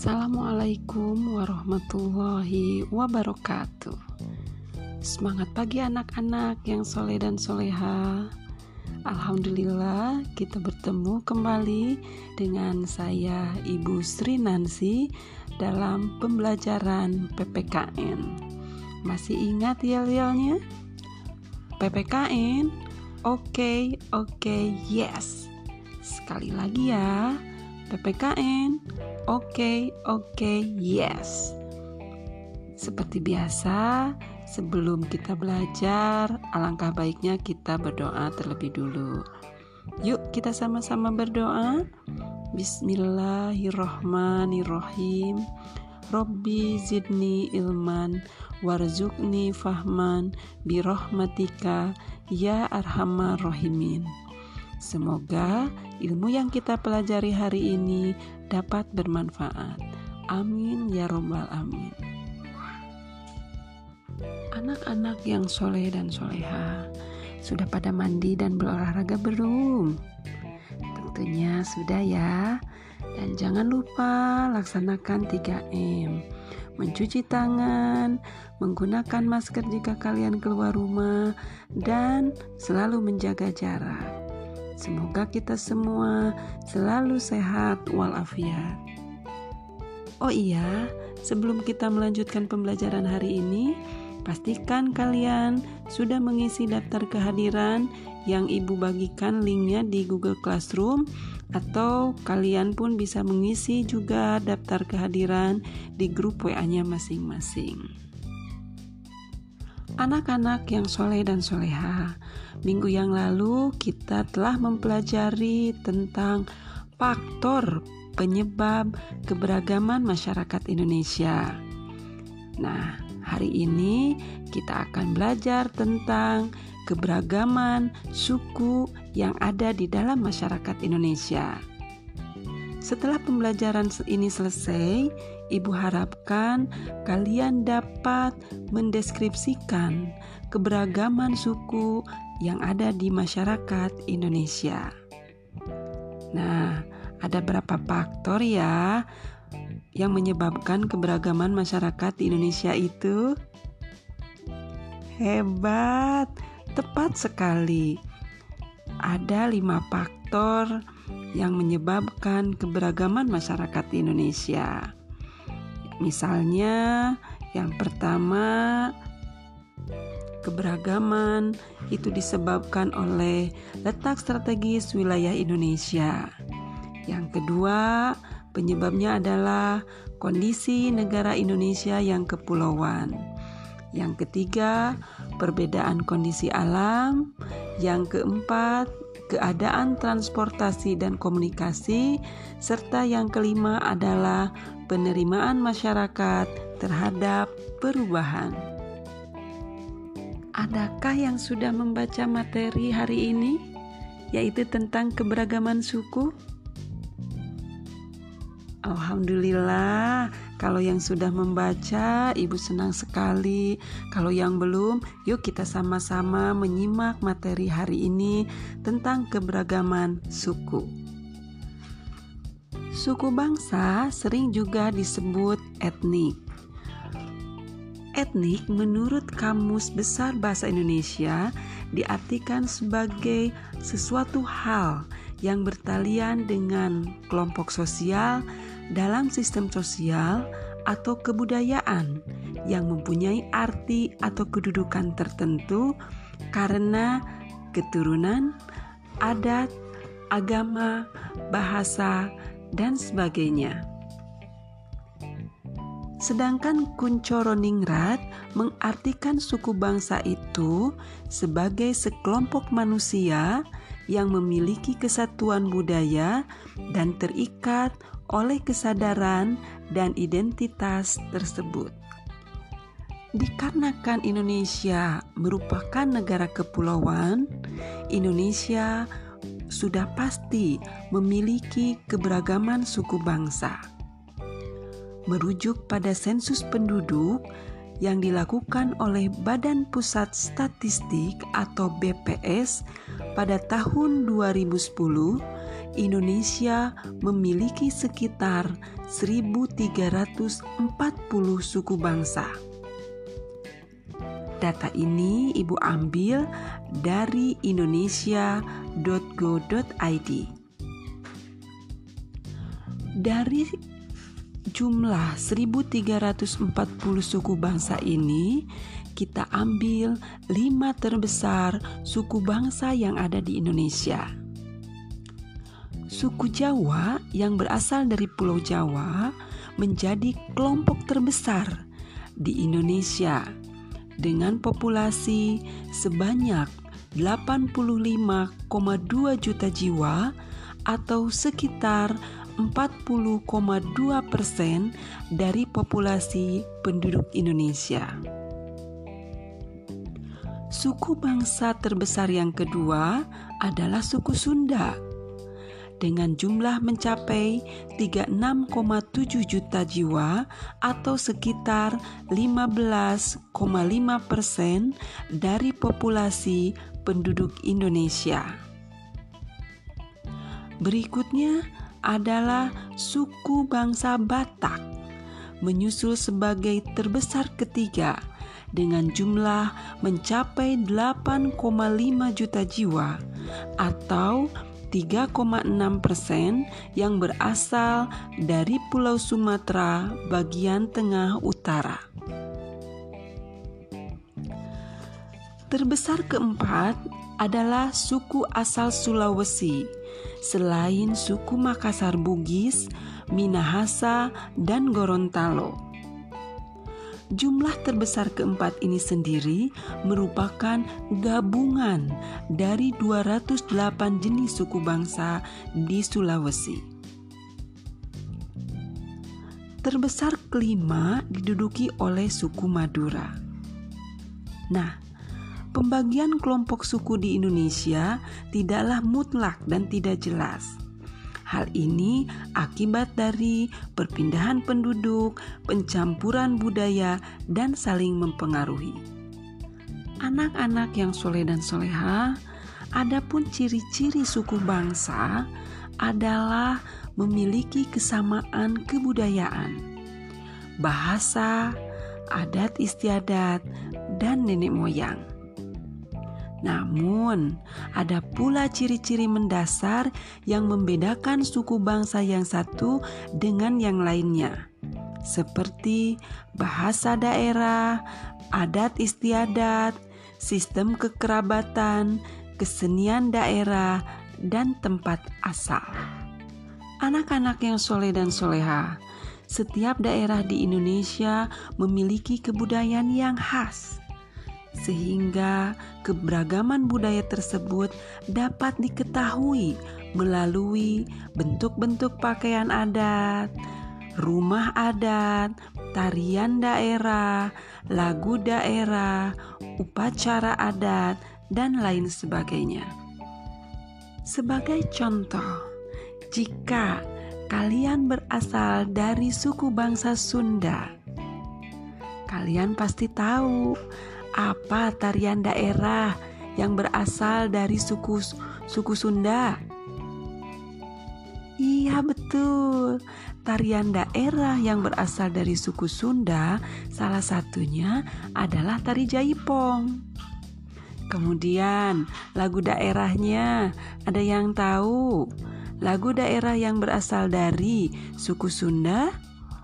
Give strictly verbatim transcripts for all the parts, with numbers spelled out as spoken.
Assalamualaikum warahmatullahi wabarakatuh. Semangat pagi anak-anak yang soleh dan soleha. Alhamdulillah kita bertemu kembali dengan saya Ibu Sri Nancy dalam pembelajaran P P K N. Masih ingat yel-yelnya? P P K N? Oke, oke, yes. Sekali lagi ya. P P K N. Oke, oke, yes. Seperti biasa, sebelum kita belajar, alangkah baiknya kita berdoa terlebih dulu. Yuk kita sama-sama berdoa. Bismillahirrahmanirrahim. Robbi zidni ilman warzuqni fahman birahmatika ya arhamar rahimin. Semoga ilmu yang kita pelajari hari ini dapat bermanfaat. Amin ya robbal amin. Anak-anak yang soleh dan soleha, sudah pada mandi dan berolahraga belum? Tentunya sudah ya. Dan jangan lupa laksanakan tiga M. Mencuci tangan, menggunakan masker jika kalian keluar rumah, dan selalu menjaga jarak. Semoga kita semua selalu sehat walafiat. Oh iya, sebelum kita melanjutkan pembelajaran hari ini, pastikan kalian sudah mengisi daftar kehadiran yang Ibu bagikan linknya di Google Classroom, atau kalian pun bisa mengisi juga daftar kehadiran di grup W A-nya masing-masing. Anak-anak yang soleh dan soleha, minggu yang lalu kita telah mempelajari tentang faktor penyebab keberagaman masyarakat Indonesia. Nah, hari ini kita akan belajar tentang keberagaman suku yang ada di dalam masyarakat Indonesia. Setelah pembelajaran ini selesai, Ibu harapkan kalian dapat mendeskripsikan keberagaman suku yang ada di masyarakat Indonesia. Nah, ada berapa faktor ya yang menyebabkan keberagaman masyarakat di Indonesia itu? Hebat, tepat sekali. Ada lima faktor yang menyebabkan keberagaman masyarakat di Indonesia. Misalnya, yang pertama, keberagaman itu disebabkan oleh letak strategis wilayah Indonesia. Yang kedua, penyebabnya adalah kondisi negara Indonesia yang kepulauan. Yang ketiga, perbedaan kondisi alam. Yang keempat, keadaan transportasi dan komunikasi. Serta yang kelima adalah penerimaan masyarakat terhadap perubahan. Adakah yang sudah membaca materi hari ini, yaitu tentang keberagaman suku? Alhamdulillah, kalau yang sudah membaca, Ibu senang sekali. Kalau yang belum, yuk kita sama-sama menyimak materi hari ini tentang keberagaman suku. Suku bangsa sering juga disebut etnik. Etnik menurut Kamus Besar Bahasa Indonesia diartikan sebagai sesuatu hal yang bertalian dengan kelompok sosial dalam sistem sosial atau kebudayaan yang mempunyai arti atau kedudukan tertentu karena keturunan, adat, agama, bahasa, dan sebagainya. Sedangkan Kuncoro Ningrat mengartikan suku bangsa itu sebagai sekelompok manusia yang memiliki kesatuan budaya dan terikat oleh kesadaran dan identitas tersebut. Dikarenakan Indonesia merupakan negara kepulauan, Indonesia sudah pasti memiliki keberagaman suku bangsa. Merujuk pada sensus penduduk yang dilakukan oleh Badan Pusat Statistik atau B P S pada tahun dua ribu sepuluh, Indonesia memiliki sekitar seribu tiga ratus empat puluh suku bangsa. Data ini Ibu ambil dari indonesia dot go dot i d. Dari jumlah seribu tiga ratus empat puluh suku bangsa ini, kita ambil lima terbesar suku bangsa yang ada di Indonesia. Suku Jawa yang berasal dari Pulau Jawa menjadi kelompok terbesar di Indonesia dengan populasi sebanyak delapan puluh lima koma dua juta jiwa atau sekitar empat puluh koma dua persen dari populasi penduduk Indonesia. Suku bangsa terbesar yang kedua adalah suku Sunda dengan jumlah mencapai tiga puluh enam koma tujuh juta jiwa atau sekitar lima belas koma lima persen dari populasi penduduk Indonesia. Berikutnya adalah suku bangsa Batak, menyusul sebagai terbesar ketiga dengan jumlah mencapai delapan koma lima juta jiwa atau tiga koma enam persen yang berasal dari Pulau Sumatera bagian tengah utara. Terbesar keempat adalah suku asal Sulawesi, selain suku Makassar Bugis, Minahasa, dan Gorontalo. Jumlah terbesar keempat ini sendiri merupakan gabungan dari dua ratus delapan jenis suku bangsa di Sulawesi. Terbesar kelima diduduki oleh suku Madura. Nah, pembagian kelompok suku di Indonesia tidaklah mutlak dan tidak jelas. Hal ini akibat dari perpindahan penduduk, pencampuran budaya, dan saling mempengaruhi. Anak-anak yang soleh dan soleha, adapun ciri-ciri suku bangsa adalah memiliki kesamaan kebudayaan, bahasa, adat istiadat, dan nenek moyang. Namun, ada pula ciri-ciri mendasar yang membedakan suku bangsa yang satu dengan yang lainnya, seperti bahasa daerah, adat istiadat, sistem kekerabatan, kesenian daerah, dan tempat asal. Anak-anak yang soleh dan soleha, setiap daerah di Indonesia memiliki kebudayaan yang khas, sehingga keberagaman budaya tersebut dapat diketahui melalui bentuk-bentuk pakaian adat, rumah adat, tarian daerah, lagu daerah, upacara adat, dan lain sebagainya. Sebagai contoh, jika kalian berasal dari suku bangsa Sunda, kalian pasti tahu apa tarian daerah yang berasal dari suku suku Sunda? Iya betul, tarian daerah yang berasal dari suku Sunda salah satunya adalah tari Jaipong. Kemudian lagu daerahnya, ada yang tahu lagu daerah yang berasal dari suku Sunda?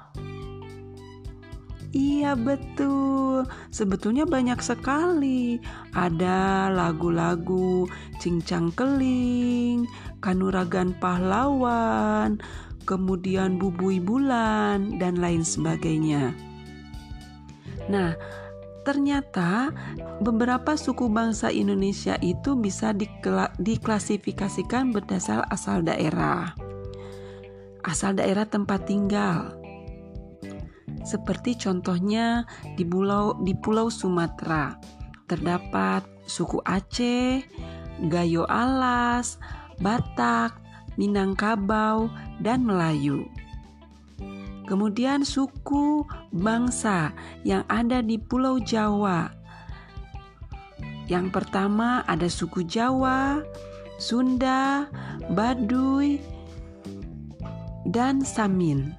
Iya betul, sebetulnya banyak sekali. Ada lagu-lagu Cincang Keling, Kanuragan Pahlawan, kemudian Bubui Bulan, dan lain sebagainya. Nah, ternyata beberapa suku bangsa Indonesia itu bisa dikla- diklasifikasikan berdasar asal daerah. Asal daerah tempat tinggal. Seperti contohnya di Pulau, di Pulau Sumatera terdapat suku Aceh, Gayo Alas, Batak, Minangkabau, dan Melayu. Kemudian suku bangsa yang ada di Pulau Jawa. Yang pertama ada suku Jawa, Sunda, Baduy, dan Samin.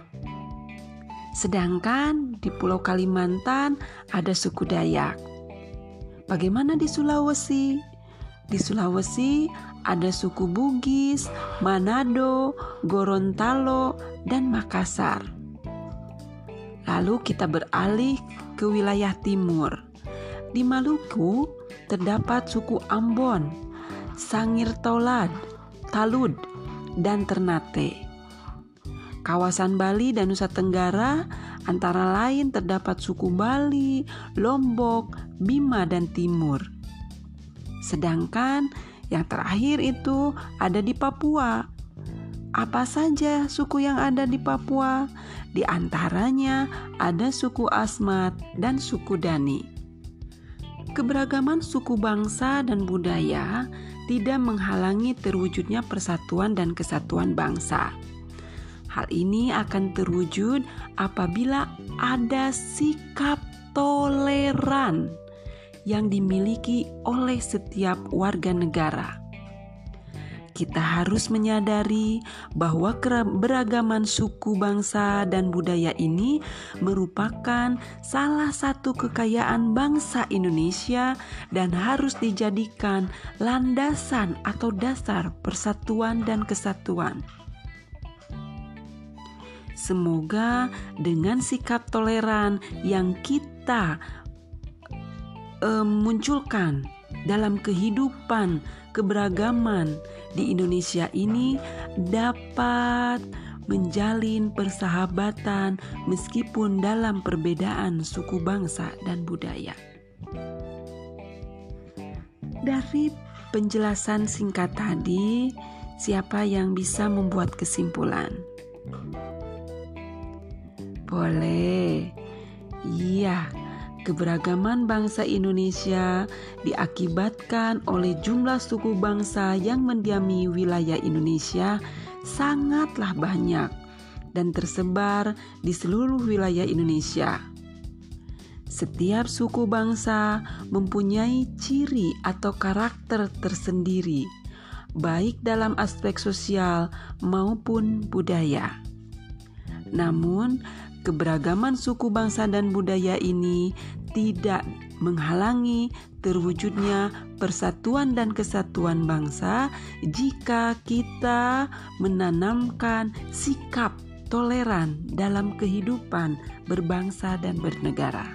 Sedangkan di Pulau Kalimantan ada suku Dayak. Bagaimana di Sulawesi? Di Sulawesi ada suku Bugis, Manado, Gorontalo, dan Makassar. Lalu kita beralih ke wilayah timur. Di Maluku terdapat suku Ambon, Sangir Tolad, Talud, dan Ternate. Kawasan Bali dan Nusa Tenggara antara lain terdapat suku Bali, Lombok, Bima, dan Timur. Sedangkan yang terakhir itu ada di Papua. Apa saja suku yang ada di Papua? Di antaranya ada suku Asmat dan suku Dani. Keberagaman suku bangsa dan budaya tidak menghalangi terwujudnya persatuan dan kesatuan bangsa. Hal ini akan terwujud apabila ada sikap toleran yang dimiliki oleh setiap warga negara. Kita harus menyadari bahwa keberagaman suku bangsa dan budaya ini merupakan salah satu kekayaan bangsa Indonesia dan harus dijadikan landasan atau dasar persatuan dan kesatuan. Semoga dengan sikap toleran yang kita eh, munculkan dalam kehidupan keberagaman di Indonesia ini dapat menjalin persahabatan meskipun dalam perbedaan suku bangsa dan budaya. Dari penjelasan singkat tadi, siapa yang bisa membuat kesimpulan? Boleh. Iya, keberagaman bangsa Indonesia diakibatkan oleh jumlah suku bangsa yang mendiami wilayah Indonesia sangatlah banyak dan tersebar di seluruh wilayah Indonesia. Setiap suku bangsa mempunyai ciri atau karakter tersendiri, baik dalam aspek sosial maupun budaya. Namun, keberagaman suku bangsa dan budaya ini tidak menghalangi terwujudnya persatuan dan kesatuan bangsa jika kita menanamkan sikap toleran dalam kehidupan berbangsa dan bernegara.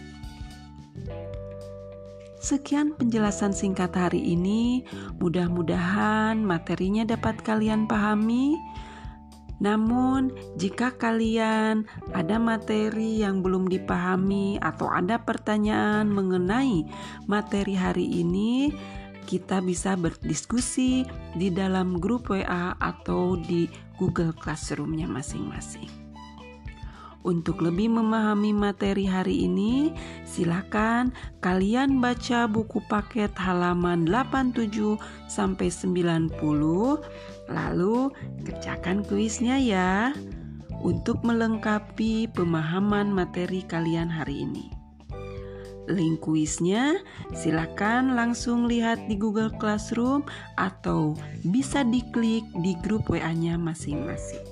Sekian penjelasan singkat hari ini, mudah-mudahan materinya dapat kalian pahami. Namun, jika kalian ada materi yang belum dipahami atau ada pertanyaan mengenai materi hari ini, kita bisa berdiskusi di dalam grup W A atau di Google Classroom-nya masing-masing. Untuk lebih memahami materi hari ini, silakan kalian baca buku paket halaman delapan puluh tujuh sampai sembilan puluh. Lalu kerjakan kuisnya ya untuk melengkapi pemahaman materi kalian hari ini. Link kuisnya silakan langsung lihat di Google Classroom atau bisa diklik di grup W A-nya masing-masing.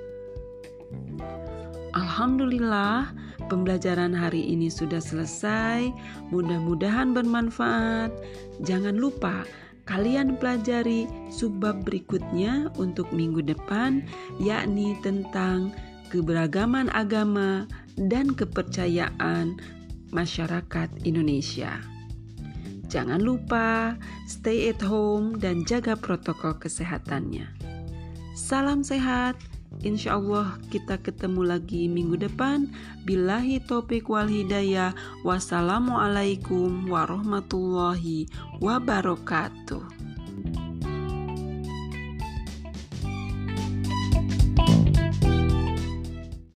Alhamdulillah, pembelajaran hari ini sudah selesai. Mudah-mudahan bermanfaat. Jangan lupa kalian pelajari subbab berikutnya untuk minggu depan, yakni tentang keberagaman agama dan kepercayaan masyarakat Indonesia. Jangan lupa stay at home dan jaga protokol kesehatannya. Salam sehat. Insya Allah kita ketemu lagi minggu depan. Billahi taufiq wal hidayah. Wassalamualaikum warahmatullahi wabarakatuh.